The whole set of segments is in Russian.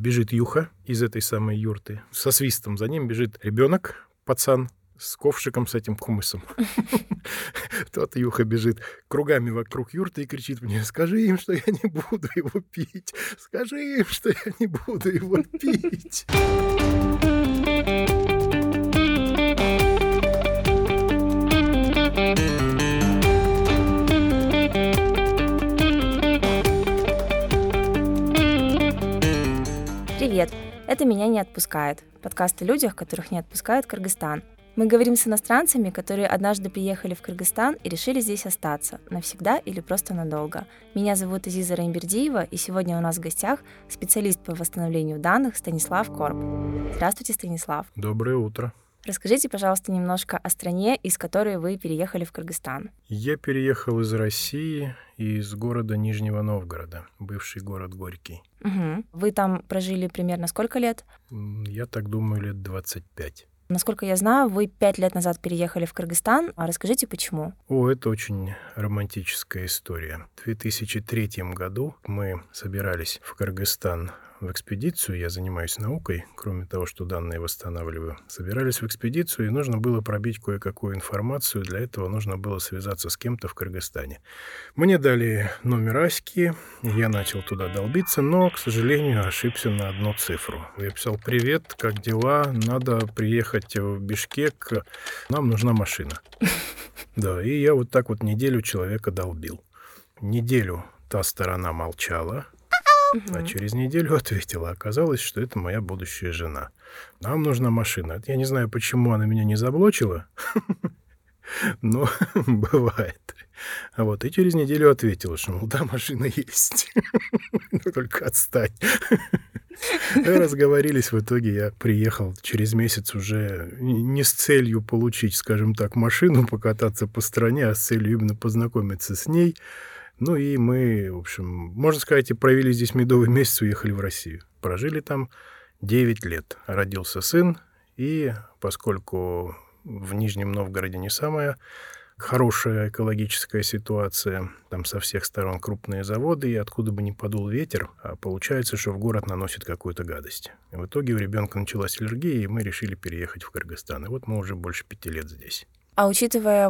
Бежит Юха из этой самой юрты. Со свистом за ним бежит ребенок, пацан, с ковшиком с этим кумысом. Тот Юха бежит кругами вокруг юрты и кричит мне: «Скажи им, что я не буду его пить! Скажи им, что я не буду его пить!» Привет! Это «Меня не отпускает» — подкаст о людях, которых не отпускает Кыргызстан. Мы говорим с иностранцами, которые однажды приехали в Кыргызстан и решили здесь остаться, навсегда или просто надолго. Меня зовут Азиза Раймбердиева, и сегодня у нас в гостях специалист по восстановлению данных Станислав Корб. Здравствуйте, Станислав. Доброе утро. Расскажите, пожалуйста, немножко о стране, из которой вы переехали в Кыргызстан. Я переехал из России, из города Нижнего Новгорода, бывший город Горький. Угу. Вы там прожили примерно сколько лет? Я так думаю, лет 25. Насколько я знаю, вы 5 лет назад переехали в Кыргызстан. А расскажите, почему? Это очень романтическая история. В 2003 году мы собирались в Кыргызстан в экспедицию. Я занимаюсь наукой, кроме того, что данные восстанавливаю. Собирались в экспедицию, и нужно было пробить кое-какую информацию. Для этого нужно было связаться с кем-то в Кыргызстане. Мне дали номер Аськи, я начал туда долбиться, но, к сожалению, ошибся на одну цифру. Я писал: «Привет, как дела? Надо приехать в Бишкек, нам нужна машина». Да, и я вот так вот неделю человека долбил. Неделю та сторона молчала, а через неделю ответила. Оказалось, что это моя будущая жена. Нам нужна машина. Я не знаю, почему она меня не заблочила, но бывает. И через неделю ответила, что, мол, да, машина есть. Только отстань. Разговорились, в итоге я приехал через месяц уже не с целью получить, скажем так, машину, покататься по стране, а с целью именно познакомиться с ней. И мы, в общем, можно сказать, и провели здесь медовый месяц, уехали в Россию. Прожили там 9 лет. Родился сын, и поскольку в Нижнем Новгороде не самая хорошая экологическая ситуация, там со всех сторон крупные заводы, и откуда бы ни подул ветер, получается, что в город наносит какую-то гадость. И в итоге у ребенка началась аллергия, и мы решили переехать в Кыргызстан. И вот мы уже больше 5 лет здесь. А учитывая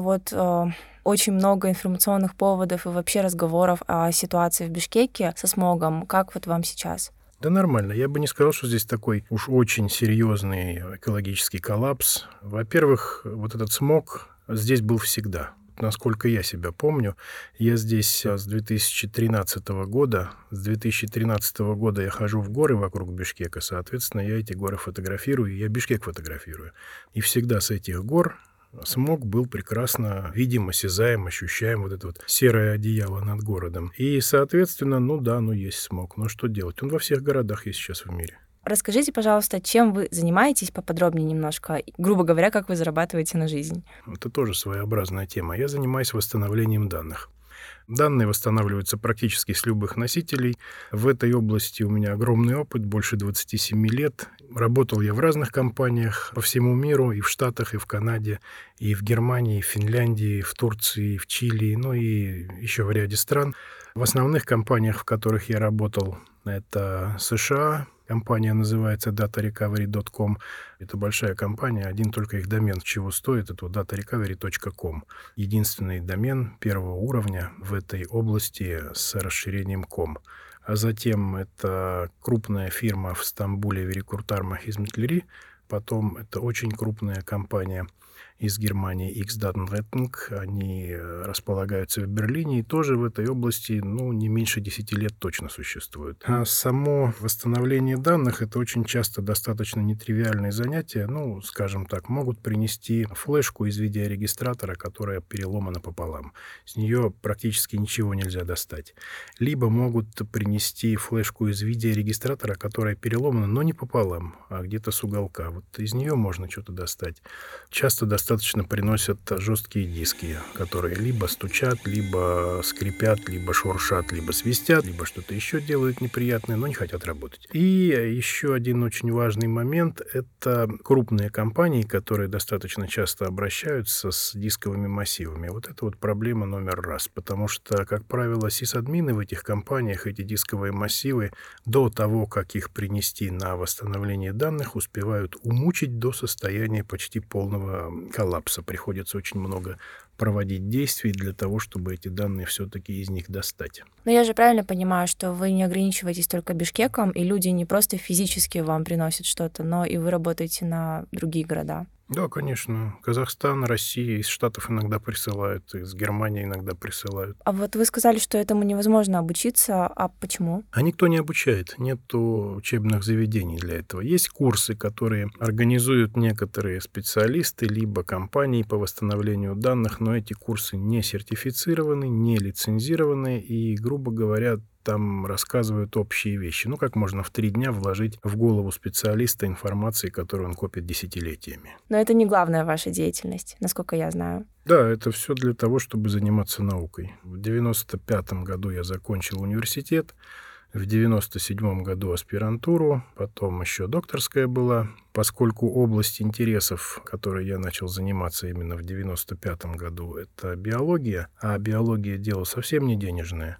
очень много информационных поводов и вообще разговоров о ситуации в Бишкеке со смогом, как вот вам сейчас? Да нормально. Я бы не сказал, что здесь такой уж очень серьезный экологический коллапс. Во-первых, вот этот смог здесь был всегда. Насколько я себя помню, я здесь с 2013 года. С 2013 года я хожу в горы вокруг Бишкека, соответственно, я эти горы фотографирую, и я Бишкек фотографирую. И всегда с этих гор смог был прекрасно видим, осязаем, ощущаем, вот это вот серое одеяло над городом. И, соответственно, есть смог. Но что делать? Он во всех городах есть сейчас в мире. Расскажите, пожалуйста, чем вы занимаетесь поподробнее немножко, грубо говоря, как вы зарабатываете на жизнь? Это тоже своеобразная тема. Я занимаюсь восстановлением данных. Данные восстанавливаются практически с любых носителей. В этой области у меня огромный опыт, больше 27 лет. Работал я в разных компаниях по всему миру, и в Штатах, и в Канаде, и в Германии, и в Финляндии, и в Турции, и в Чили, и еще в ряде стран. В основных компаниях, в которых я работал, это США. Компания называется datarecovery.com. Это большая компания, один только их домен чего стоит, это datarecovery.com. Единственный домен первого уровня в этой области с расширением .com. А затем это крупная фирма в Стамбуле Верикуртар Хизметлери. Потом это очень крупная компания из Германии X-Datenrettung. Они располагаются в Берлине и тоже в этой области, не меньше 10 лет точно существуют. А само восстановление данных — это очень часто достаточно нетривиальные занятия. Скажем так, могут принести флешку из видеорегистратора, которая переломана пополам. С нее практически ничего нельзя достать. Либо могут принести флешку из видеорегистратора, которая переломана, но не пополам, а где-то с уголка. Вот из нее можно что-то достать. Часто достаточно достаточно приносят жесткие диски, которые либо стучат, либо скрипят, либо шуршат, либо свистят, либо что-то еще делают неприятное, но не хотят работать. И еще один очень важный момент — это крупные компании, которые достаточно часто обращаются с дисковыми массивами. Вот это вот проблема номер раз, потому что, как правило, сисадмины в этих компаниях эти дисковые массивы до того, как их принести на восстановление данных, успевают умучить до состояния почти полного коллапса. Приходится очень много проводить действий для того, чтобы эти данные все-таки из них достать. Но я же правильно понимаю, что вы не ограничиваетесь только Бишкеком, и люди не просто физически вам приносят что-то, но и вы работаете на другие города? Да, конечно. Казахстан, Россия, из Штатов иногда присылают, из Германии иногда присылают. А вот вы сказали, что этому невозможно обучиться, а почему? А никто не обучает, нету учебных заведений для этого. Есть курсы, которые организуют некоторые специалисты, либо компании по восстановлению данных, но эти курсы не сертифицированы, не лицензированы и, грубо говоря, там рассказывают общие вещи. Ну, как можно в 3 дня вложить в голову специалиста информации, которую он копит десятилетиями? Но это не главная ваша деятельность, насколько я знаю. Да, это все для того, чтобы заниматься наукой. В 95-м году я закончил университет, в 97-м году аспирантуру, потом еще докторская была. Поскольку область интересов, которой я начал заниматься именно в 95-м году, это биология, а биология — дело совсем не денежное,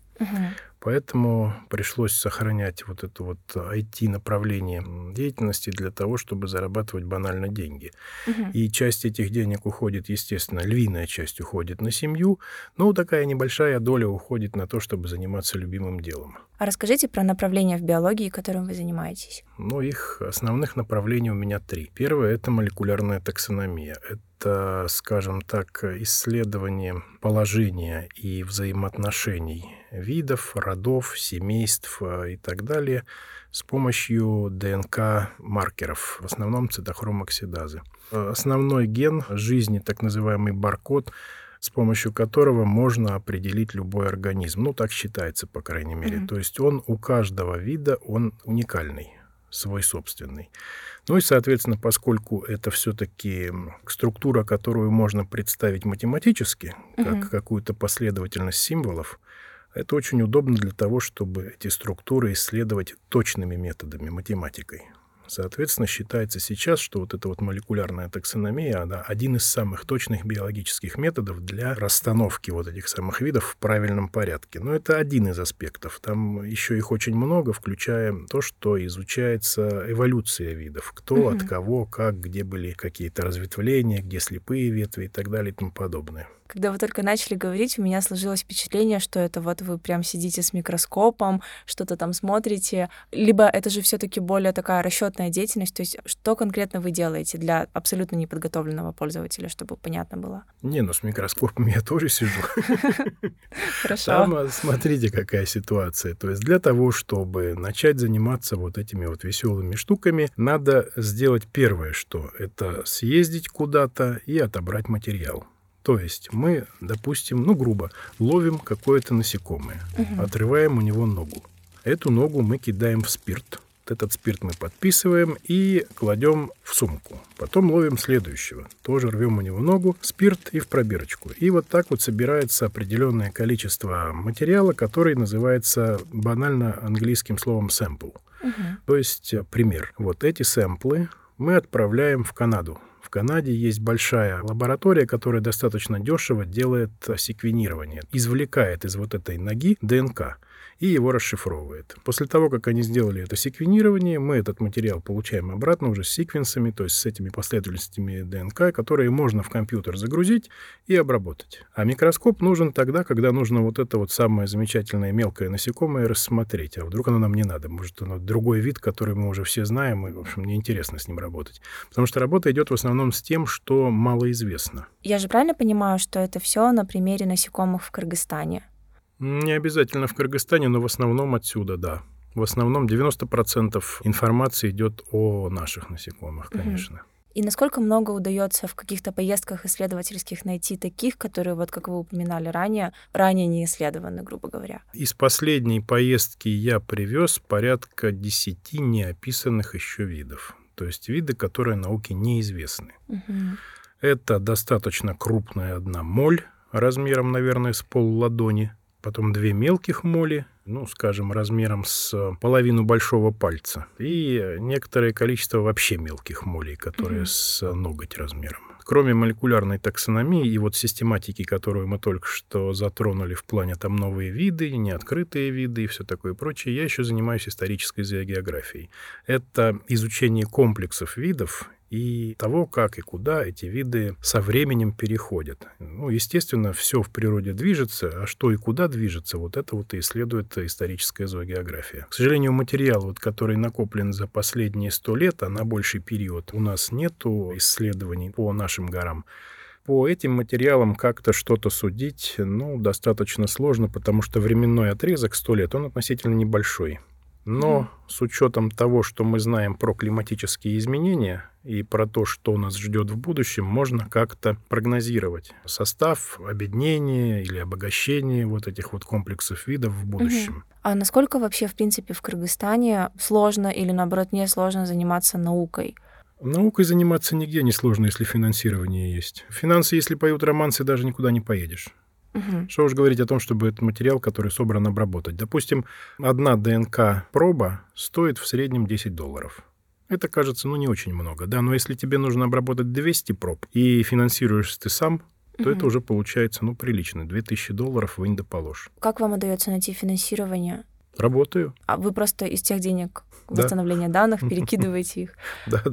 поэтому пришлось сохранять вот это вот IT-направление деятельности для того, чтобы зарабатывать банально деньги. И часть этих денег уходит, естественно, львиная часть уходит на семью, но такая небольшая доля уходит на то, чтобы заниматься любимым делом. А расскажите про направления в биологии, которым вы занимаетесь. Их основных направлений у меня 3. Первое — это молекулярная таксономия. Это, скажем так, исследование положения и взаимоотношений видов, родов, семейств и так далее с помощью ДНК-маркеров, в основном цитохром-оксидазы. Основной ген жизни, так называемый баркод, с помощью которого можно определить любой организм. Так считается, по крайней мере. То есть он у каждого вида, он уникальный, свой собственный. И, соответственно, поскольку это все-таки структура, которую можно представить математически, как какую-то последовательность символов, это очень удобно для того, чтобы эти структуры исследовать точными методами, математикой. Соответственно, считается сейчас, что вот эта вот молекулярная таксономия, она один из самых точных биологических методов для расстановки вот этих самых видов в правильном порядке. Но это один из аспектов. Там еще их очень много, включая то, что изучается эволюция видов. Кто, от кого, как, где были какие-то разветвления, где слепые ветви и так далее и тому подобное. Когда вы только начали говорить, у меня сложилось впечатление, что это вот вы прям сидите с микроскопом, что-то там смотрите, либо это же все-таки более такая расчетная деятельность, то есть что конкретно вы делаете для абсолютно неподготовленного пользователя, чтобы понятно было? С микроскопом я тоже сижу. Хорошо. Там, смотрите, какая ситуация. То есть для того, чтобы начать заниматься вот этими вот веселыми штуками, надо сделать первое, что это съездить куда-то и отобрать материал. То есть мы, допустим, грубо, ловим какое-то насекомое, отрываем у него ногу. Эту ногу мы кидаем в спирт. Этот спирт мы подписываем и кладем в сумку. Потом ловим следующего. Тоже рвем у него ногу, спирт и в пробирочку. И вот так вот собирается определенное количество материала, который называется банально английским словом sample. То есть пример. Вот эти сэмплы мы отправляем в Канаду. В Канаде есть большая лаборатория, которая достаточно дешево делает секвенирование. Извлекает из вот этой ноги ДНК и его расшифровывает. После того, как они сделали это секвенирование, мы этот материал получаем обратно уже с секвенсами, то есть с этими последовательностями ДНК, которые можно в компьютер загрузить и обработать. А микроскоп нужен тогда, когда нужно вот это вот самое замечательное мелкое насекомое рассмотреть. А вдруг оно нам не надо? Может, оно другой вид, который мы уже все знаем, и, в общем, неинтересно с ним работать. Потому что работа идет в основном с тем, что малоизвестно. Я же правильно понимаю, что это все на примере насекомых в Кыргызстане? Не обязательно в Кыргызстане, но в основном отсюда, да. В основном 90% информации идет о наших насекомых, конечно. И насколько много удается в каких-то поездках исследовательских найти таких, которые, вот как вы упоминали ранее не исследованы, грубо говоря? Из последней поездки я привез порядка 10 неописанных еще видов. То есть виды, которые науке неизвестны. Это достаточно крупная одна моль, размером, наверное, с полладони. Потом 2 мелких моли, скажем, размером с половину большого пальца. И некоторое количество вообще мелких молей, которые с ноготь размером. Кроме молекулярной таксономии и систематики, которую мы только что затронули в плане там новые виды, неоткрытые виды и все такое прочее, я еще занимаюсь исторической зоогеографией. Это изучение комплексов видов и того, как и куда эти виды со временем переходят. Естественно, все в природе движется, а что и куда движется, это и исследует историческая зоогеография. К сожалению, материал, который накоплен за последние 100 лет, а на больший период у нас нету исследований по нашим горам. По этим материалам как-то что-то судить, достаточно сложно, потому что временной отрезок 100 лет, он относительно небольшой. Но с учетом того, что мы знаем про климатические изменения и про то, что нас ждет в будущем, можно как-то прогнозировать состав, обеднение или обогащение этих комплексов видов в будущем. А насколько вообще, в принципе, в Кыргызстане сложно или, наоборот, не сложно заниматься наукой? Наукой заниматься нигде не сложно, если финансирование есть. Финансы, если поют романсы, даже никуда не поедешь. Что уж говорить о том, чтобы этот материал, который собран, обработать. Допустим, одна ДНК-проба стоит в среднем $10. Это кажется, не очень много, да, но если тебе нужно обработать 200 проб и финансируешь ты сам, то это уже получается, прилично. $2000 вынь да положь. Как вам удается найти финансирование? Работаю. А вы просто из тех денег восстановления данных перекидываете их? Да.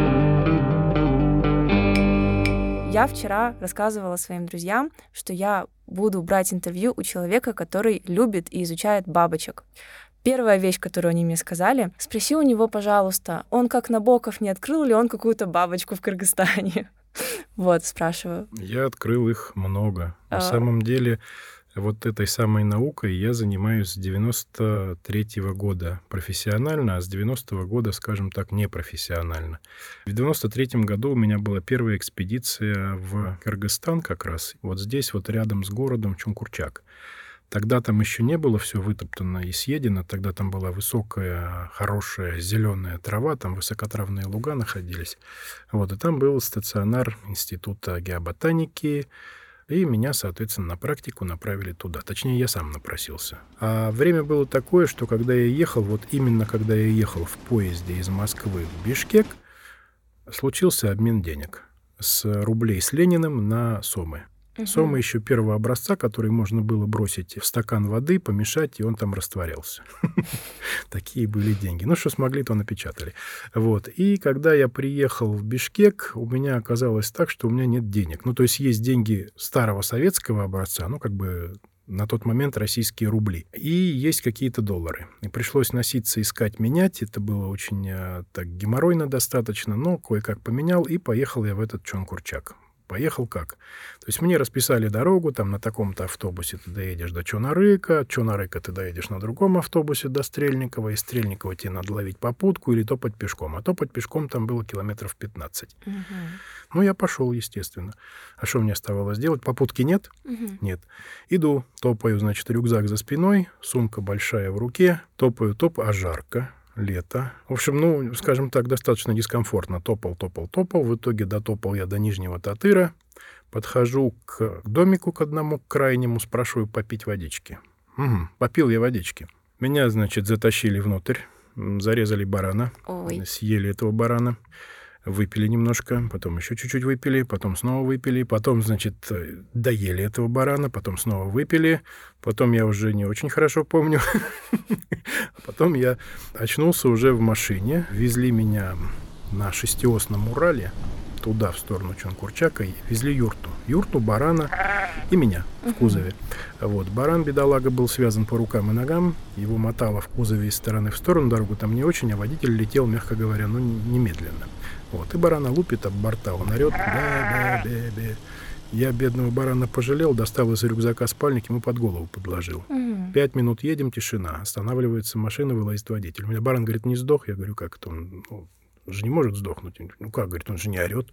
Я вчера рассказывала своим друзьям, что я буду брать интервью у человека, который любит и изучает бабочек. Первая вещь, которую они мне сказали: спроси у него, пожалуйста, он как Набоков, не открыл ли он какую-то бабочку в Кыргызстане? Спрашиваю. Я открыл их много. На самом деле, этой самой наукой я занимаюсь с 93-го года профессионально, а с 90-го года, скажем так, непрофессионально. В 93-м году у меня была первая экспедиция в Кыргызстан как раз, здесь, рядом с городом Чунгурчак. Тогда там еще не было все вытоптано и съедено, тогда там была высокая, хорошая зеленая трава, там высокотравные луга находились. И там был стационар Института геоботаники, и меня, соответственно, на практику направили туда. Точнее, я сам напросился. А время было такое, что когда я ехал, именно когда я ехал в поезде из Москвы в Бишкек, случился обмен денег с рублей с Лениным на сомы. Сомы еще первого образца, который можно было бросить в стакан воды, помешать, и он там растворялся. Такие были деньги. Что смогли, то напечатали. И когда я приехал в Бишкек, у меня оказалось так, что у меня нет денег. То есть есть деньги старого советского образца, на тот момент российские рубли. И есть какие-то доллары. И пришлось носиться, искать, менять. Это было очень так геморройно достаточно, но кое-как поменял, и поехал я в этот Чонгурчак. Поехал как? То есть мне расписали дорогу, там на таком-то автобусе ты доедешь до Чонарыка, от Чонарыка ты доедешь на другом автобусе до Стрельникова, из Стрельникова тебе надо ловить попутку или топать пешком. А топать пешком там было километров 15. Я пошел, естественно. А что мне оставалось делать? Попутки нет? Нет. Иду, топаю, рюкзак за спиной, сумка большая в руке, топаю, а жарко. Лето. В общем, скажем так, достаточно дискомфортно. Топал. В итоге дотопал я до Нижнего Татыра. Подхожу к домику к одному, к крайнему, спрашиваю попить водички. Попил я водички. Меня, затащили внутрь, зарезали барана. Съели этого барана. Выпили немножко, потом еще чуть-чуть выпили, потом снова выпили, потом, доели этого барана, потом снова выпили, потом я уже не очень хорошо помню. Потом я очнулся уже в машине, везли меня на шестиосном Урале, туда, в сторону Чонгурчака, и везли юрту, барана и меня в кузове. Баран, бедолага, был связан по рукам и ногам, его мотало в кузове из стороны в сторону, дорогу там не очень, а водитель летел, мягко говоря, немедленно. И барана лупит об борта, он орёт. Бе-бе-бе-бе. Я бедного барана пожалел, достал из рюкзака спальник, ему под голову подложил. 5 минут едем, тишина. Останавливается машина, вылазит водитель. У меня баран говорит, не сдох. Я говорю, как это он же не может сдохнуть. Как, говорит, он же не орёт.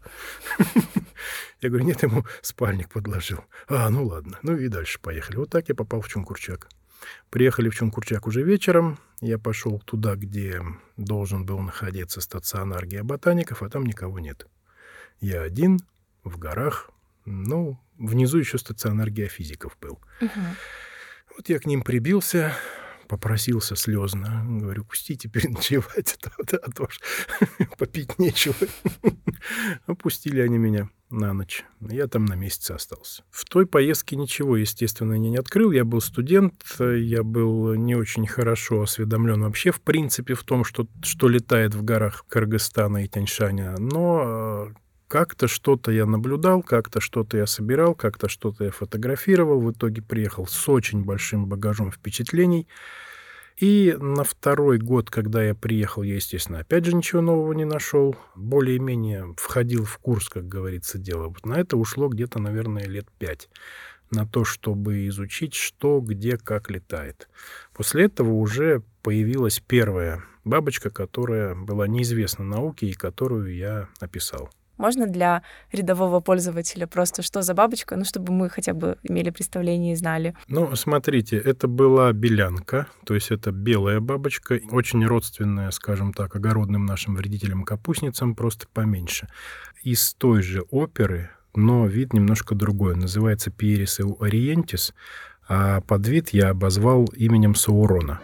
Я говорю, нет, ему спальник подложил. Ладно. И дальше поехали. Так я попал в Чунгурчак. Приехали в Чунгурчак уже вечером. Я пошел туда, где должен был находиться стационар геоботаников, а там никого нет. Я один в горах. Ну, внизу еще стационар геофизиков был. Вот я к ним прибился, попросился слезно. Говорю, пустите переночевать, а то ж попить нечего. Опустили они меня на ночь. Я там на месяц остался. В той поездке ничего, естественно, я не открыл. Я был студент, я был не очень хорошо осведомлен вообще, в принципе, в том, что летает в горах Кыргызстана и Тянь-Шаня. Но как-то что-то я наблюдал, как-то что-то я собирал, как-то что-то я фотографировал. В итоге приехал с очень большим багажом впечатлений. И на второй год, когда я приехал, я, естественно, опять же ничего нового не нашел. Более-менее входил в курс, как говорится, дела. Вот на это ушло где-то, наверное, лет 5. На то, чтобы изучить, что, где, как летает. После этого уже появилась первая бабочка, которая была неизвестна науке и которую я описал. Можно для рядового пользователя просто что за бабочка, ну, чтобы мы хотя бы имели представление и знали? Ну, смотрите, это была белянка, то есть это белая бабочка, очень родственная, скажем так, огородным нашим вредителям-капустницам, просто поменьше. Из той же оперы, но вид немножко другой. Называется Pieris orientis, а подвид я обозвал именем Саурона.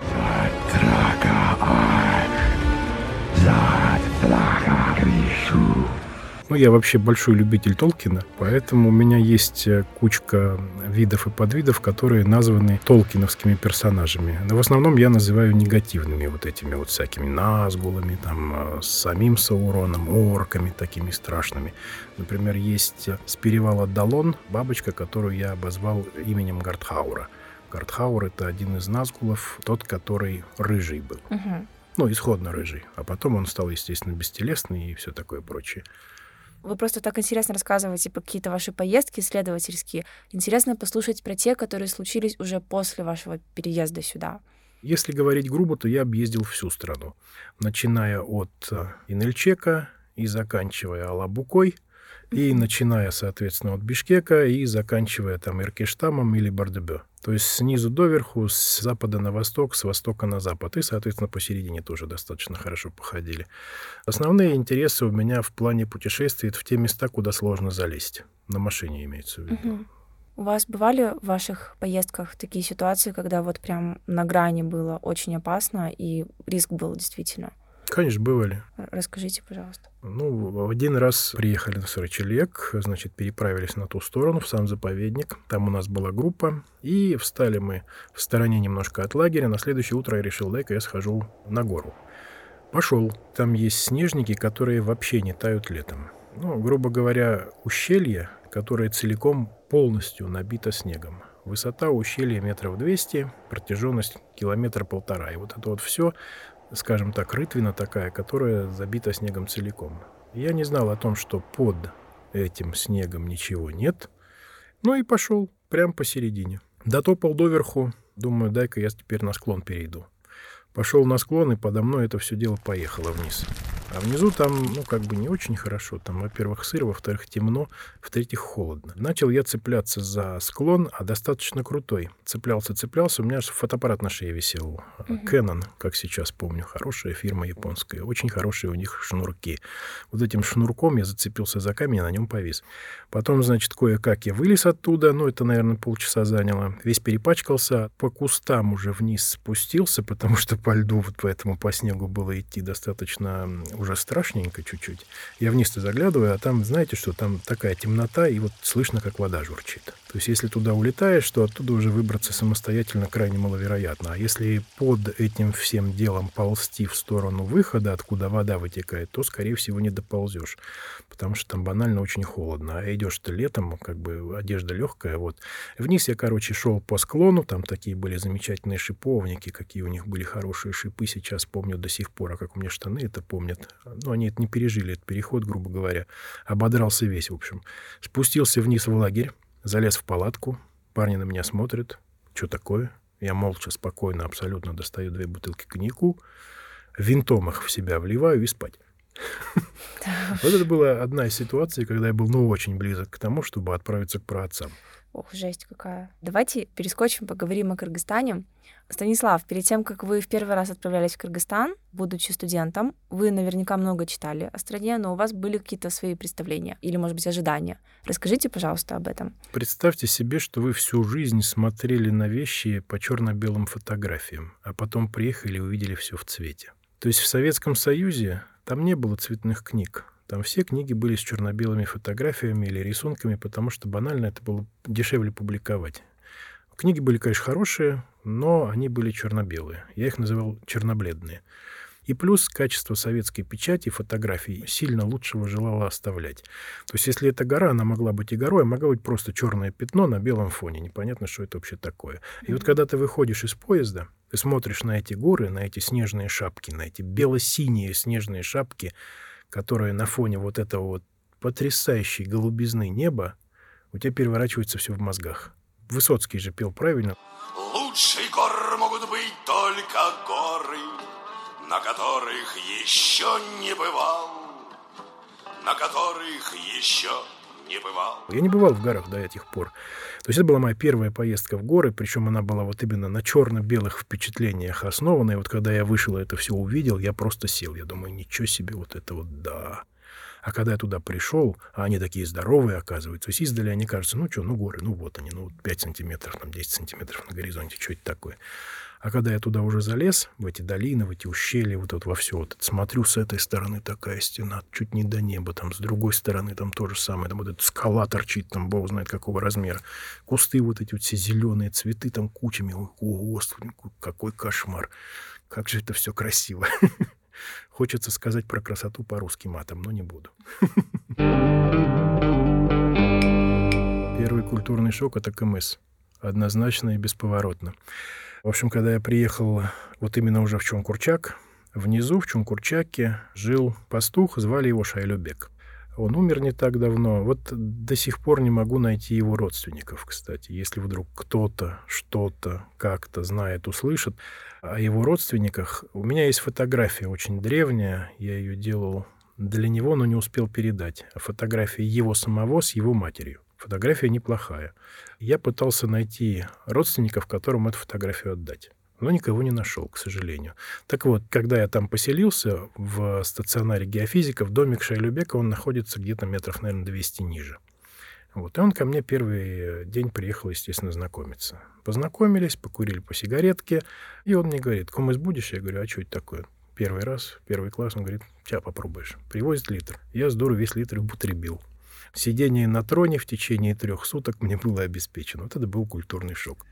Ну, я вообще большой любитель Толкина, поэтому у меня есть кучка видов и подвидов, которые названы толкиновскими персонажами. Но в основном я называю негативными вот этими вот всякими назгулами, там, с самим Сауроном, орками такими страшными. Например, есть с перевала Далон бабочка, которую я обозвал именем Гартхаура. Гартхаур — это один из назгулов, тот, который рыжий был. Ну, исходно рыжий. А потом он стал, естественно, бестелесный и все такое прочее. Вы просто так интересно рассказываете про какие-то ваши поездки исследовательские. Интересно послушать про те, которые случились уже после вашего переезда сюда. Если говорить грубо, то я объездил всю страну. Начиная от Инельчека и заканчивая Алабукой, и начиная, соответственно, от Бишкека и заканчивая там Иркештамом или Бардебе. То есть снизу доверху, с запада на восток, с востока на запад. И, соответственно, посередине тоже достаточно хорошо походили. Основные интересы у меня в плане путешествий — это в те места, куда сложно залезть. На машине имеется в виду. У вас бывали в ваших поездках такие ситуации, когда вот прям на грани было очень опасно и риск был действительно? Конечно, бывали. Расскажите, пожалуйста. Ну, один раз приехали на Сарычельек, значит, переправились на ту сторону, в сам заповедник. Там у нас была группа, и встали мы в стороне немножко от лагеря. На следующее утро я решил, дай-ка я схожу на гору. Пошел. Там есть снежники, которые вообще не тают летом. Ну, грубо говоря, ущелье, которое целиком полностью набито снегом. Высота ущелья 200 метров, протяженность 1,5 километра. И вот это вот все, скажем так, рытвина такая, которая забита снегом целиком. Я не знал о том, что под этим снегом ничего нет. Ну и пошел прямо посередине. Дотопал доверху. Думаю, дай-ка я теперь на склон перейду. Пошел на склон, и подо мной это все дело поехало вниз. А внизу там, ну, как бы не очень хорошо. Там, во-первых, сыро, во-вторых, темно, в-третьих, холодно. Начал я цепляться за склон, а достаточно крутой. Цеплялся. У меня же фотоаппарат на шее висел. Canon, как сейчас помню. Хорошая фирма японская. Очень хорошие у них шнурки. Вот этим шнурком я зацепился за камень, и на нем повис. Потом, значит, кое-как я вылез оттуда. Ну, это, наверное, полчаса заняло. Весь перепачкался. По кустам уже вниз спустился, потому что по льду, вот поэтому по снегу было идти достаточно уже страшненько чуть-чуть. Я вниз-то заглядываю, а там, знаете что, там такая темнота, и вот слышно, как вода журчит. То есть, если туда улетаешь, то оттуда уже выбраться самостоятельно крайне маловероятно. А если под этим всем делом ползти в сторону выхода, откуда вода вытекает, то, скорее всего, не доползешь. Потому что там банально очень холодно. А идешь-то летом, как бы одежда легкая. Вот. Вниз я, короче, шел по склону. Там такие были замечательные шиповники, какие у них были хорошие шипы. Сейчас помню до сих пор, а как у меня штаны это помнят. Но они это не пережили, этот переход, грубо говоря. Ободрался весь, в общем. Спустился вниз в лагерь. Залез в палатку, парни на меня смотрят. Что такое? Я молча, спокойно, абсолютно достаю 2 бутылки коньяку, винтом их в себя вливаю и спать. Вот это была одна из ситуаций, когда я был, очень близок к тому, чтобы отправиться к праотцам. Ох, жесть какая. Давайте перескочим, поговорим о Кыргызстане. Станислав, перед тем, как вы в первый раз отправлялись в Кыргызстан, будучи студентом, вы наверняка много читали о стране, но у вас были какие-то свои представления или, может быть, ожидания. Расскажите, пожалуйста, об этом. Представьте себе, что вы всю жизнь смотрели на вещи по черно-белым фотографиям, а потом приехали и увидели все в цвете. То есть в Советском Союзе там не было цветных книг. Там все книги были с черно-белыми фотографиями или рисунками, потому что банально это было дешевле публиковать. Книги были, конечно, хорошие, но они были черно-белые. Я их называл чернобледные. И плюс качество советской печати и фотографий сильно лучшего желало оставлять. То есть если это гора, она могла быть и горой, а могла быть просто черное пятно на белом фоне. Непонятно, что это вообще такое. И вот когда ты выходишь из поезда, ты смотришь на эти горы, на эти снежные шапки, на эти бело-синие снежные шапки, которые на фоне вот этого вот потрясающей голубизны неба, у тебя переворачивается все в мозгах. Высоцкий же пел правильно. Лучше гор могут быть только горы, на которых еще не бывал, на которых еще не бывал. Я не бывал в горах до этих пор. То есть это была моя первая поездка в горы, причем она была вот именно на черно-белых впечатлениях основана. И вот когда я вышел и это все увидел, я просто сел. Я думаю, ничего себе, вот это вот да. А когда я туда пришел, а они такие здоровые, оказываются, то есть издали они кажутся, ну что, ну горы, ну вот они, ну 5 сантиметров, там 10 сантиметров на горизонте, что это такое? А когда я туда уже залез, в эти долины, в эти ущелья, вот это во все, вот это, смотрю, с этой стороны такая стена, чуть не до неба, там с другой стороны там то же самое, там вот эта скала торчит, там бог знает какого размера, кусты вот эти вот все зеленые, цветы там кучами, о, Господи, какой кошмар, как же это все красиво. Хочется сказать про красоту по-русски матом, но не буду. Первый культурный шок — это КМС. Однозначно и бесповоротно. В общем, когда я приехал вот именно уже в Чонгкурчак, внизу, в Чонгкурчаке, жил пастух, звали его Шайлюбек. Он умер не так давно. Вот до сих пор не могу найти его родственников, кстати. Если вдруг кто-то, что-то, как-то знает, услышит о его родственниках. У меня есть фотография очень древняя. Я ее делал для него, но не успел передать. Фотография его самого с его матерью. Фотография неплохая. Я пытался найти родственников, которым эту фотографию отдать. Но никого не нашел, к сожалению. Так вот, когда я там поселился, в стационаре геофизиков, домик Шайлюбека, он находится где-то метров, наверное, 200 ниже. Вот. И он ко мне первый день приехал, естественно, знакомиться. Познакомились, покурили по сигаретке, и он мне говорит: «Кумыс будешь?» Я говорю: «А что это такое?» Первый раз, первый класс. Он говорит: «Сейчас попробуешь». Привозит литр. Я с дуру весь литр употребил. Сидение на троне в течение 3 суток мне было обеспечено. Вот это был культурный шок.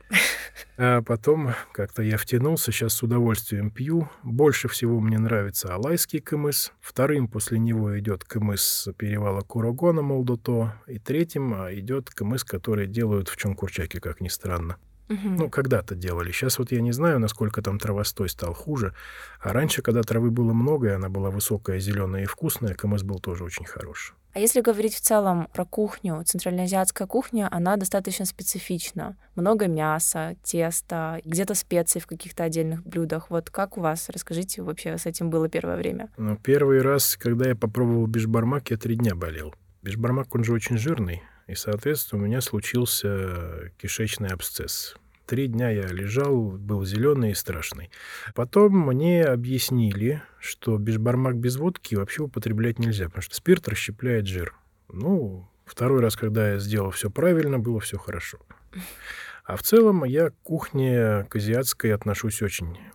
А потом как-то я втянулся, сейчас с удовольствием пью. Больше всего мне нравится алайский кымыс. Вторым после него идет кымыс с перевала Курогона, Молдото. И третьим идет кымыс, который делают в Чонгкурчаке, как ни странно. Ну, когда-то делали. Сейчас вот я не знаю, насколько там травостой стал хуже. А раньше, когда травы было много, и она была высокая, зеленая и вкусная, кымыс был тоже очень хороший. А если говорить в целом про кухню, центральноазиатская кухня, она достаточно специфична. Много мяса, теста, где-то специй в каких-то отдельных блюдах. Вот как у вас? Расскажите, вообще с этим было первое время? Ну, первый раз, когда я попробовал бишбармак, я 3 дня болел. Бишбармак, он же очень жирный, и, соответственно, у меня случился кишечный абсцесс. 3 дня я лежал, был зеленый и страшный. Потом мне объяснили, что бишбармак без водки вообще употреблять нельзя, потому что спирт расщепляет жир. Ну, второй раз, когда я сделал все правильно, было все хорошо. А в целом я к кухне к азиатской отношусь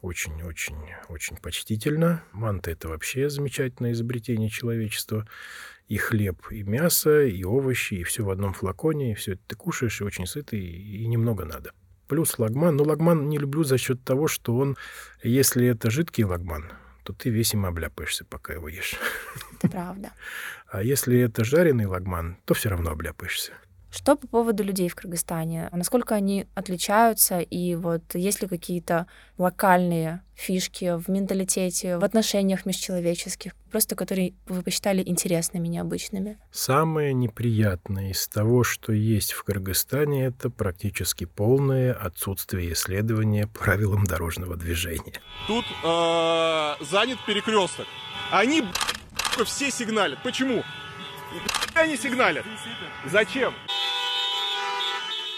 очень почтительно. Манта — это вообще замечательное изобретение человечества. И хлеб, и мясо, и овощи, и все в одном флаконе, и все это ты кушаешь, и очень сытый, и немного надо. Плюс лагман. Но лагман не люблю за счет того, что он, если это жидкий лагман, то ты весь им обляпаешься, пока его ешь. Это правда. А если это жареный лагман, то все равно обляпаешься. Что по поводу людей в Кыргызстане? Насколько они отличаются? И вот есть ли какие-то локальные фишки в менталитете, в отношениях межчеловеческих, просто которые вы посчитали интересными, необычными? Самое неприятное из того, что есть в Кыргызстане, это практически полное отсутствие исследования правилам дорожного движения. Тут занят перекресток. Они все сигналят. Почему? Они сигналят. Зачем?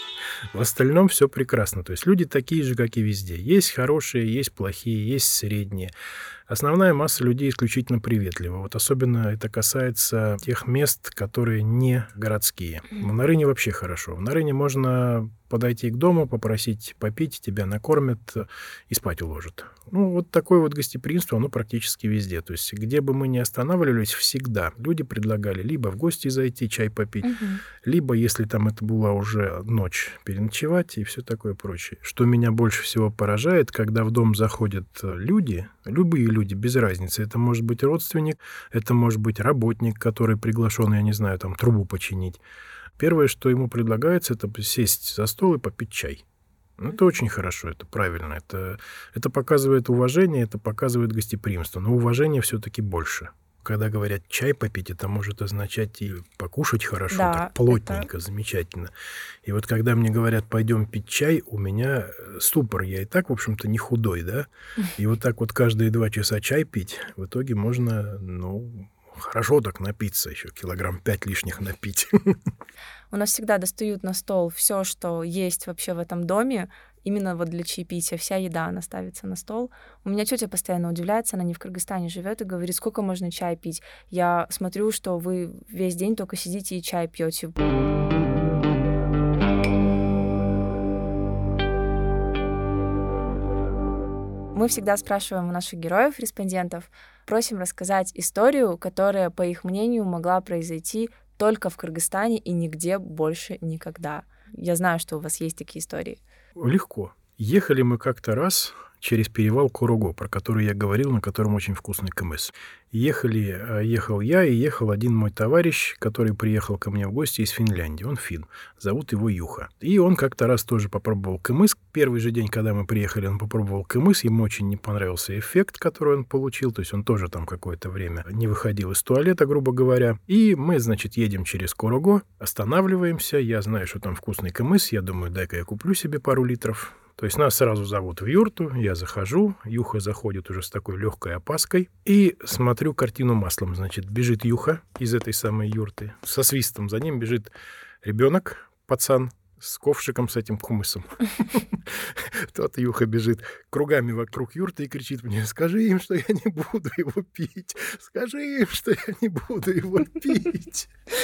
В остальном все прекрасно. То есть люди такие же, как и везде. Есть хорошие, есть плохие, есть средние. Основная масса людей исключительно приветлива. Вот особенно это касается тех мест, которые не городские. В Нарыне вообще хорошо. В Нарыне можно подойти к дому, попросить попить, тебя накормят и спать уложат. Ну, вот такое вот гостеприимство, оно практически везде. То есть где бы мы ни останавливались, всегда люди предлагали либо в гости зайти, чай попить, либо, если там это была уже ночь, переночевать и все такое прочее. Что меня больше всего поражает, когда в дом заходят люди, любые люди, без разницы. Это может быть родственник, это может быть работник, который приглашен, я не знаю, там трубу починить. Первое, что ему предлагается, это сесть за стол и попить чай. Ну, это очень хорошо, это правильно. Это показывает уважение, это показывает гостеприимство. Но уважения все-таки больше. Когда говорят «чай попить», это может означать и покушать хорошо, Да, так плотненько, замечательно. И вот когда мне говорят «пойдем пить чай», у меня ступор. Я и так, в общем-то, не худой, да? И вот так вот каждые 2 часа чай пить, в итоге можно, хорошо так напиться, еще 5 килограмм лишних напить. У нас всегда достают на стол все, что есть вообще в этом доме, именно вот для чаепития. Вся еда, она ставится на стол. У меня тетя постоянно удивляется, она не в Кыргызстане живет и говорит, сколько можно чай пить. Я смотрю, что вы весь день только сидите и чай пьете. Мы всегда спрашиваем у наших героев-респондентов, просим рассказать историю, которая, по их мнению, могла произойти только в Кыргызстане и нигде больше никогда. Я знаю, что у вас есть такие истории. Легко. Ехали мы как-то через перевал Куруго, про который я говорил, на котором очень вкусный кымыс. Ехал я и ехал один мой товарищ, который приехал ко мне в гости из Финляндии. Он финн. Зовут его Юха. И он как-то раз тоже попробовал кымыс. Первый же день, когда мы приехали, он попробовал кымыс. Ему очень не понравился эффект, который он получил. То есть он тоже там какое-то время не выходил из туалета, грубо говоря. И мы, значит, едем через Куруго, останавливаемся. Я знаю, что там вкусный кымыс. Я думаю, дай-ка я куплю себе пару литров. То есть нас сразу зовут в юрту, я захожу, Юха заходит уже с такой легкой опаской, и смотрю картину маслом. Значит, бежит Юха из этой самой юрты, со свистом за ним бежит ребенок, пацан, с ковшиком с этим кумысом. Тот Юха бежит кругами вокруг юрты и кричит мне: скажи им, что я не буду его пить. Скажи им, что я не буду его пить.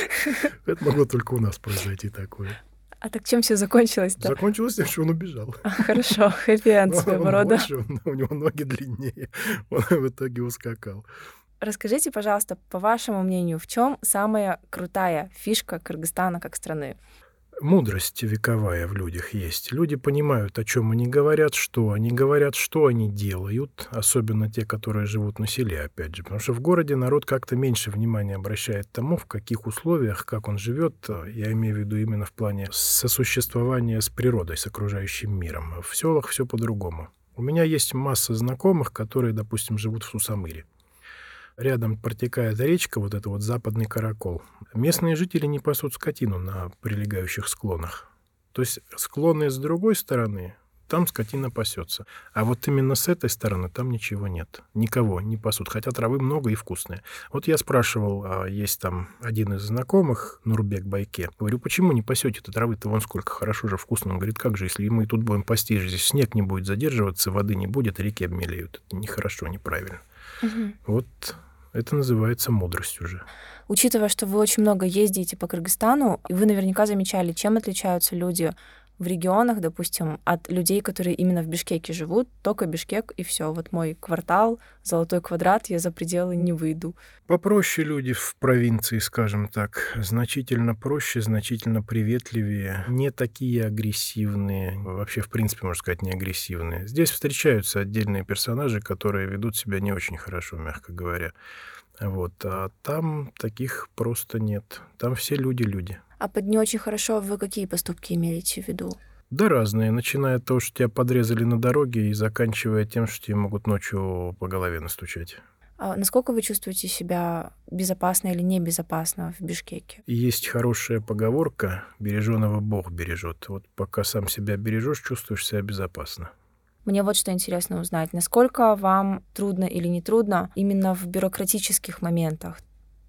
Это могло только у нас произойти такое. А так чем все закончилось-то? Закончилось тем, что он убежал. Хорошо, хэппи-энд своего рода. У него ноги длиннее. Он в итоге ускакал. Расскажите, пожалуйста, по вашему мнению, в чем самая крутая фишка Кыргызстана как страны? Мудрость вековая в людях есть. Люди понимают, о чем они говорят, что они делают, особенно те, которые живут на селе, опять же. Потому что в городе народ как-то меньше внимания обращает тому, в каких условиях, как он живет. Я имею в виду именно в плане сосуществования с природой, с окружающим миром. В селах все по-другому. У меня есть масса знакомых, которые, допустим, живут в Сусамыре. Рядом протекает речка, вот это вот западный Каракол. Местные жители не пасут скотину на прилегающих склонах. То есть склоны с другой стороны, там скотина пасется. А вот именно с этой стороны там ничего нет. Никого не пасут, хотя травы много и вкусные. Вот я спрашивал, есть там один из знакомых, Нурбек Байке. Говорю, почему не пасете-то травы-то вон сколько, хорошо же, вкусно. Он говорит, как же, если мы тут будем пасти, здесь снег не будет задерживаться, воды не будет, реки обмелеют. Это нехорошо, неправильно. Вот это называется мудрость уже. Учитывая, что вы очень много ездите по Кыргызстану, и вы наверняка замечали, чем отличаются люди в регионах, допустим, от людей, которые именно в Бишкеке живут, только Бишкек и все. Вот мой квартал, золотой квадрат, я за пределы не выйду. Попроще люди в провинции, скажем так, значительно проще, значительно приветливее, не такие агрессивные, вообще, в принципе, можно сказать, не агрессивные. Здесь встречаются отдельные персонажи, которые ведут себя не очень хорошо, мягко говоря. Вот. А там таких просто нет. Там все люди. А под не очень хорошо вы какие поступки имеете в виду? Да разные, начиная от того, что тебя подрезали на дороге, и заканчивая тем, что тебе могут ночью по голове настучать. А насколько вы чувствуете себя безопасно или небезопасно в Бишкеке? Есть хорошая поговорка «береженого Бог бережет». Вот пока сам себя бережешь, чувствуешь себя безопасно. Мне вот что интересно узнать. Насколько вам трудно или не трудно именно в бюрократических моментах?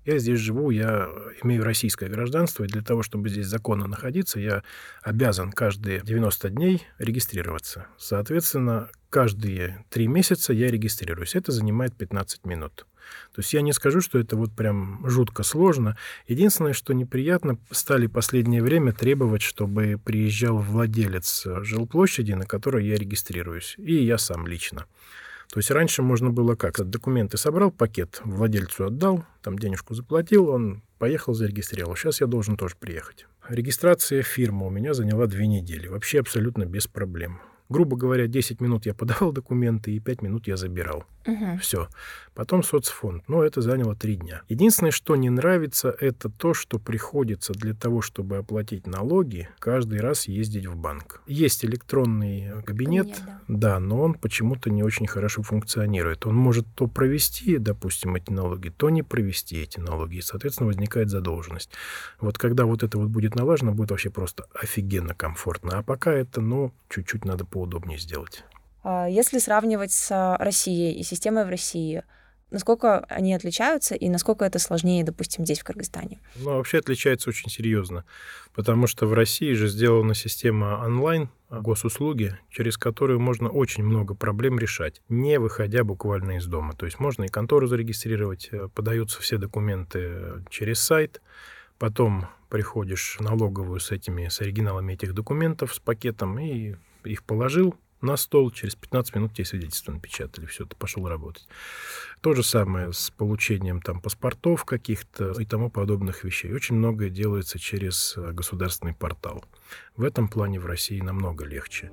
Я здесь живу, я имею российское гражданство, и для того, чтобы здесь законно находиться, я обязан каждые 90 дней регистрироваться. Соответственно, каждые 3 месяца я регистрируюсь. Это занимает 15 минут. То есть я не скажу, что это вот прям жутко сложно. Единственное, что неприятно, стали в последнее время требовать, чтобы приезжал владелец жилплощади, на которой я регистрируюсь, и я сам лично. То есть раньше можно было как? Документы собрал, пакет владельцу отдал, там денежку заплатил, он поехал, зарегистрировал. Сейчас я должен тоже приехать. Регистрация фирмы у меня заняла 2 недели. Вообще абсолютно без проблем. Грубо говоря, 10 минут я подавал документы, и 5 минут я забирал. Все. Потом соцфонд. Но это заняло 3 дня. Единственное, что не нравится, это то, что приходится для того, чтобы оплатить налоги, каждый раз ездить в банк. Есть электронный кабинет, да, но он почему-то не очень хорошо функционирует. Он может то провести, допустим, эти налоги, то не провести эти налоги. И, соответственно, возникает задолженность. Вот когда вот это вот будет налажено, будет вообще просто офигенно комфортно. А пока это, чуть-чуть надо поудобнее сделать. Если сравнивать с Россией и системой в России, насколько они отличаются и насколько это сложнее, допустим, здесь, в Кыргызстане? Вообще отличается очень серьезно, потому что в России же сделана система онлайн госуслуги, через которую можно очень много проблем решать, не выходя буквально из дома. То есть можно и контору зарегистрировать, подаются все документы через сайт, потом приходишь в налоговую с оригиналами этих документов, с пакетом, и их положил на стол, через 15 минут тебе свидетельство напечатали, все, ты пошел работать. То же самое с получением паспортов каких-то и тому подобных вещей. Очень многое делается через государственный портал. В этом плане в России намного легче.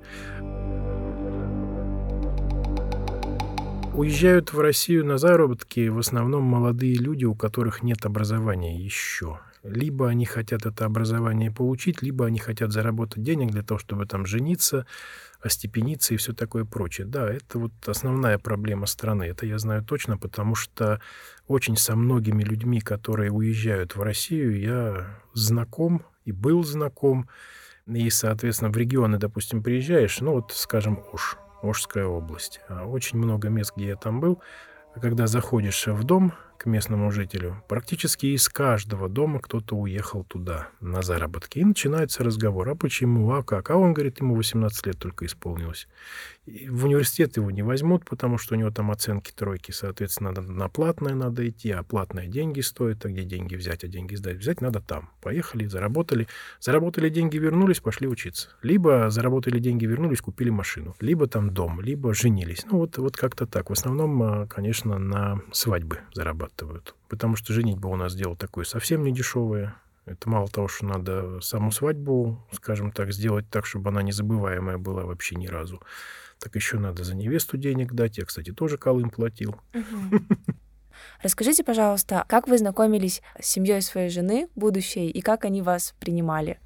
Уезжают в Россию на заработки в основном молодые люди, у которых нет образования еще. Либо они хотят это образование получить, либо они хотят заработать денег для того, чтобы жениться, остепениться и все такое прочее. Да, это вот основная проблема страны. Это я знаю точно, потому что очень со многими людьми, которые уезжают в Россию, я знаком и был знаком. И, соответственно, в регионы, допустим, приезжаешь, скажем, Ошская область. Очень много мест, где я там был. Когда заходишь в дом к местному жителю, практически из каждого дома кто-то уехал туда на заработки. И начинается разговор. А почему? А как? А он говорит, ему 18 лет только исполнилось. И в университет его не возьмут, потому что у него там оценки тройки. Соответственно, на платное надо идти, а платное деньги стоит. А где деньги взять? А деньги сдать? Взять надо там. Поехали, заработали. Заработали деньги, вернулись, пошли учиться. Либо заработали деньги, вернулись, купили машину. Либо там дом, либо женились. Вот как-то так. В основном, конечно, на свадьбы зарабатывают. Потому что женитьба у нас дело такое совсем не дешевое. Это мало того, что надо саму свадьбу, скажем так, сделать так, чтобы она незабываемая была вообще ни разу. Так еще надо за невесту денег дать. Я, кстати, тоже колым платил. Расскажите, пожалуйста, как вы знакомились с семьей своей жены, будущей, и как они вас принимали?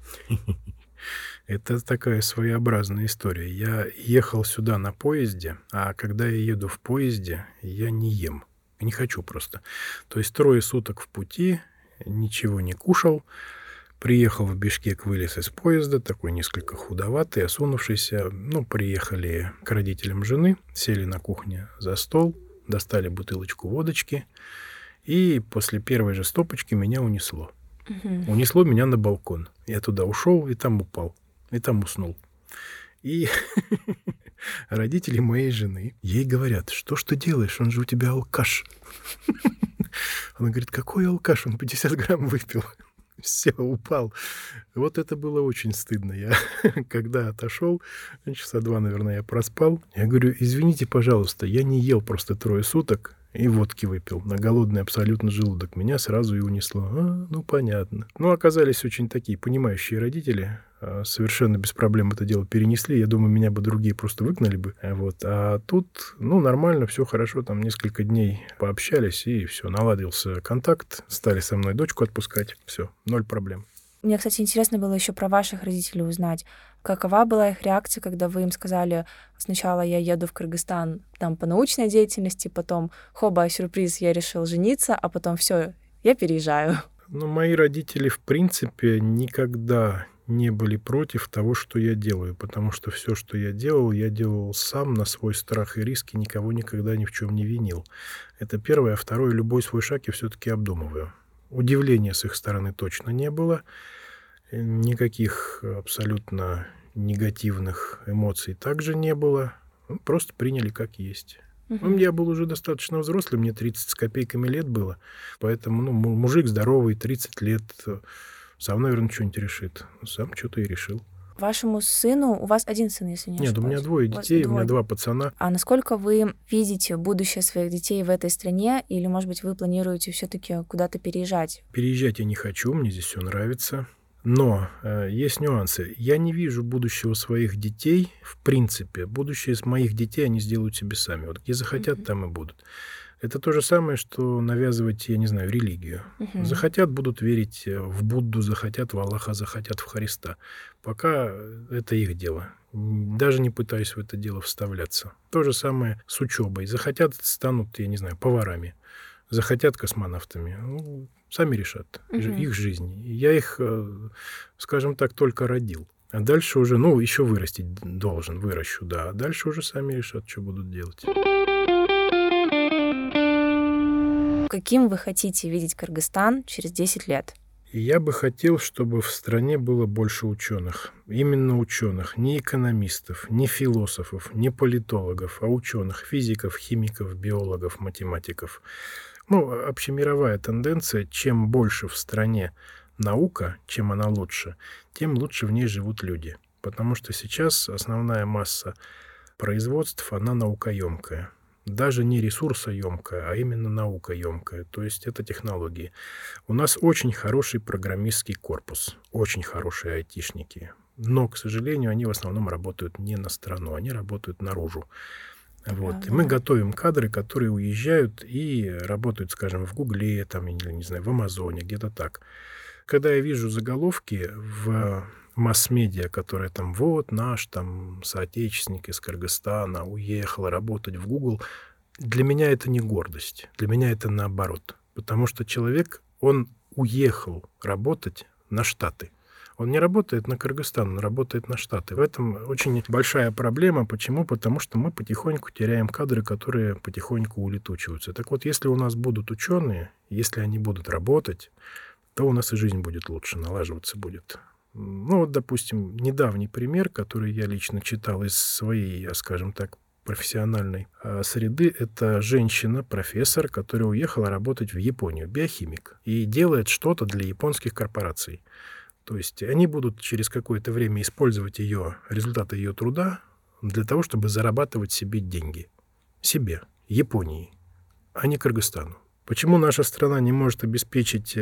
Это такая своеобразная история. Я ехал сюда на поезде, а когда я еду в поезде, я не ем. Не хочу просто. То есть 3 суток в пути, ничего не кушал. Приехал в Бишкек, вылез из поезда, такой несколько худоватый, осунувшийся. Приехали к родителям жены, сели на кухне за стол, достали бутылочку водочки, и после первой же стопочки меня унесло. Унесло меня на балкон. Я туда ушел и там упал, и там уснул. И родители моей жены ей говорят, что ж ты делаешь, он же у тебя алкаш. Она говорит, какой алкаш, он 50 грамм выпил. Все, упал. Вот это было очень стыдно. Я, когда отошел, часа 2, наверное, я проспал. Я говорю, извините, пожалуйста, я не ел просто 3 суток и водки выпил на голодный абсолютно желудок. Меня сразу и унесло. Понятно. Оказались очень такие понимающие родители. Совершенно без проблем это дело перенесли. Я думаю, меня бы другие просто выгнали бы. А тут, нормально, все хорошо. Там несколько дней пообщались, и все, наладился контакт. Стали со мной дочку отпускать. Все, 0 проблем. Мне, кстати, интересно было еще про ваших родителей узнать. Какова была их реакция, когда вы им сказали, сначала я еду в Кыргызстан там по научной деятельности, потом, хоба, сюрприз, я решил жениться, а потом все, я переезжаю. Мои родители, в принципе, никогда не были против того, что я делаю, потому что все, что я делал сам на свой страх и риск, и никого никогда ни в чем не винил. Это первое. А второе, любой свой шаг я все-таки обдумываю. Удивления с их стороны точно не было. Никаких абсолютно негативных эмоций также не было. Просто приняли как есть. Я был уже достаточно взрослый, мне 30 с копейками лет было. Поэтому мужик здоровый, 30 лет, сам, наверное, что-нибудь решит. Сам что-то и решил. Вашему сыну, у вас один сын, если не ошибаюсь. Нет, у меня 2 детей, у меня 2 пацана. А насколько вы видите будущее своих детей в этой стране, или, может быть, вы планируете все-таки куда-то переезжать? Переезжать я не хочу, мне здесь все нравится. Но есть нюансы. Я не вижу будущего своих детей, в принципе. Будущее моих детей они сделают себе сами. Вот где захотят, там и будут. Это то же самое, что навязывать, я не знаю, религию. Захотят, будут верить в Будду, захотят в Аллаха, захотят в Христа. Пока это их дело. Даже не пытаюсь в это дело вставляться. То же самое с учебой. Захотят, станут, я не знаю, поварами. Захотят космонавтами. Сами решат. Их жизнь. Я их, скажем так, только родил. А дальше уже, еще вырастить должен. Выращу, да. А дальше уже сами решат, что будут делать. Каким вы хотите видеть Кыргызстан через 10 лет? Я бы хотел, чтобы в стране было больше ученых. Именно ученых. Не экономистов, не философов, не политологов, а ученых. Физиков, химиков, биологов, математиков. Общемировая тенденция. Чем больше в стране наука, чем она лучше, тем лучше в ней живут люди. Потому что сейчас основная масса производств, она наукоемкая. Даже не ресурсоемкая, а именно наукоемкая. То есть это технологии. У нас очень хороший программистский корпус, очень хорошие айтишники. Но, к сожалению, они в основном работают не на страну, они работают наружу. Вот. И мы готовим кадры, которые уезжают и работают, скажем, в Гугле, или, не знаю, в Амазоне, где-то так. Когда я вижу заголовки в масс-медиа, которые наш соотечественник из Кыргызстана уехал работать в Google, для меня это не гордость, для меня это наоборот. Потому что человек, он уехал работать на Штаты. Он не работает на Кыргызстан, он работает на Штаты. В этом очень большая проблема. Почему? Потому что мы потихоньку теряем кадры, которые потихоньку улетучиваются. Так вот, если у нас будут ученые, если они будут работать, то у нас и жизнь будет лучше, налаживаться будет. Допустим, недавний пример, который я лично читал из своей, скажем так, профессиональной среды, это женщина, профессор, которая уехала работать в Японию, биохимик, и делает что-то для японских корпораций. То есть они будут через какое-то время использовать результаты ее труда для того, чтобы зарабатывать себе деньги. Себе, Японии, а не Кыргызстану. Почему наша страна не может обеспечить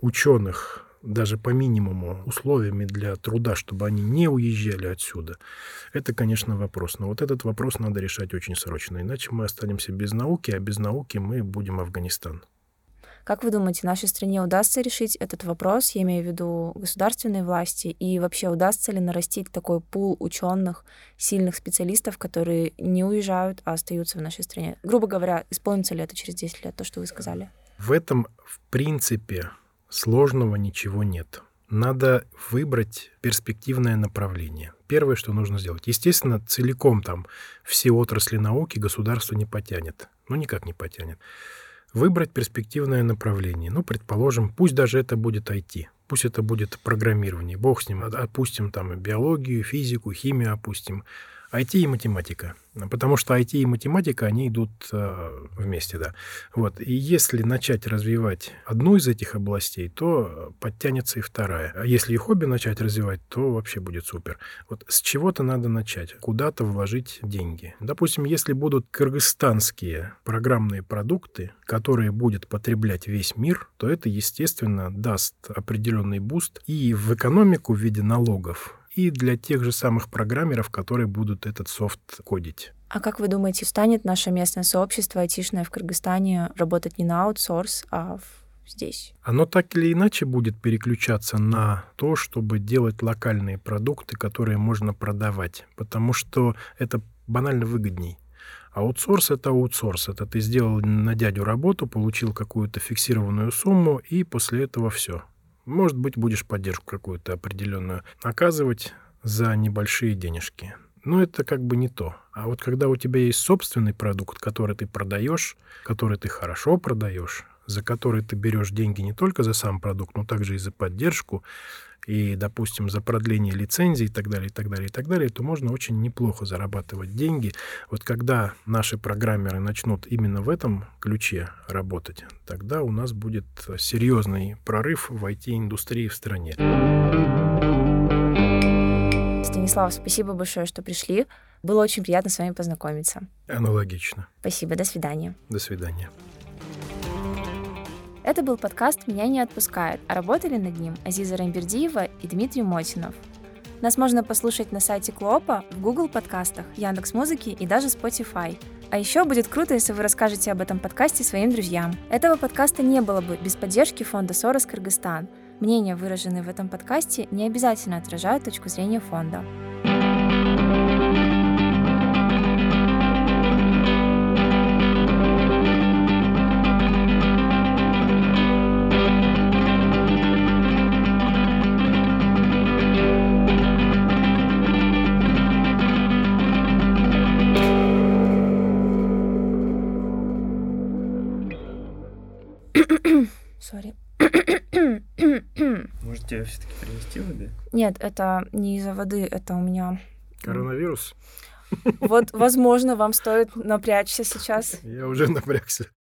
ученых даже по минимуму условиями для труда, чтобы они не уезжали отсюда? Это, конечно, вопрос. Но вот этот вопрос надо решать очень срочно. Иначе мы останемся без науки, а без науки мы будем Афганистан. Как вы думаете, нашей стране удастся решить этот вопрос, я имею в виду государственные власти, и вообще удастся ли нарастить такой пул ученых, сильных специалистов, которые не уезжают, а остаются в нашей стране? Грубо говоря, исполнится ли это через 10 лет, то, что вы сказали? В этом, в принципе, сложного ничего нет. Надо выбрать перспективное направление. Первое, что нужно сделать. Естественно, целиком все отрасли науки государство не потянет. Никак не потянет. Выбрать перспективное направление. Предположим, пусть даже это будет IT, пусть это будет программирование. Бог с ним, опустим биологию, физику, химию опустим. IT и математика. Потому что IT и математика, они идут вместе, да. Вот. И если начать развивать одну из этих областей, то подтянется и вторая. А если и хобби начать развивать, то вообще будет супер. Вот с чего-то надо начать, куда-то вложить деньги. Допустим, если будут кыргызстанские программные продукты, которые будет потреблять весь мир, то это, естественно, даст определенный буст и в экономику в виде налогов, и для тех же самых программеров, которые будут этот софт кодить. А как вы думаете, станет наше местное сообщество айтишное в Кыргызстане работать не на аутсорс, а здесь? Оно так или иначе будет переключаться на то, чтобы делать локальные продукты, которые можно продавать, потому что это банально выгодней. Аутсорс — это аутсорс. Это ты сделал на дядю работу, получил какую-то фиксированную сумму, и после этого все. Может быть, будешь поддержку какую-то определенную оказывать за небольшие денежки. Но это не то. А вот когда у тебя есть собственный продукт, который ты продаешь, который ты хорошо продаешь, за который ты берешь деньги не только за сам продукт, но также и за поддержку, и, допустим, за продление лицензий и так далее, и так далее, и так далее, то можно очень неплохо зарабатывать деньги. Вот когда наши программеры начнут именно в этом ключе работать, тогда у нас будет серьезный прорыв в IT-индустрии в стране. Станислав, спасибо большое, что пришли. Было очень приятно с вами познакомиться. Аналогично. Спасибо, до свидания. До свидания. Это был подкаст «Меня не отпускает», а работали над ним Азиза Рамбердиева и Дмитрий Мотинов. Нас можно послушать на сайте Клопа, в Google подкастах, Яндекс.Музыке и даже Spotify. А еще будет круто, если вы расскажете об этом подкасте своим друзьям. Этого подкаста не было бы без поддержки фонда Сорос Кыргызстан. Мнения, выраженные в этом подкасте, не обязательно отражают точку зрения фонда. Сори. Может, тебе все-таки принести воды? Нет, это не из-за воды, это у меня... Коронавирус? Вот, возможно, вам стоит напрячься сейчас. Я уже напрягся.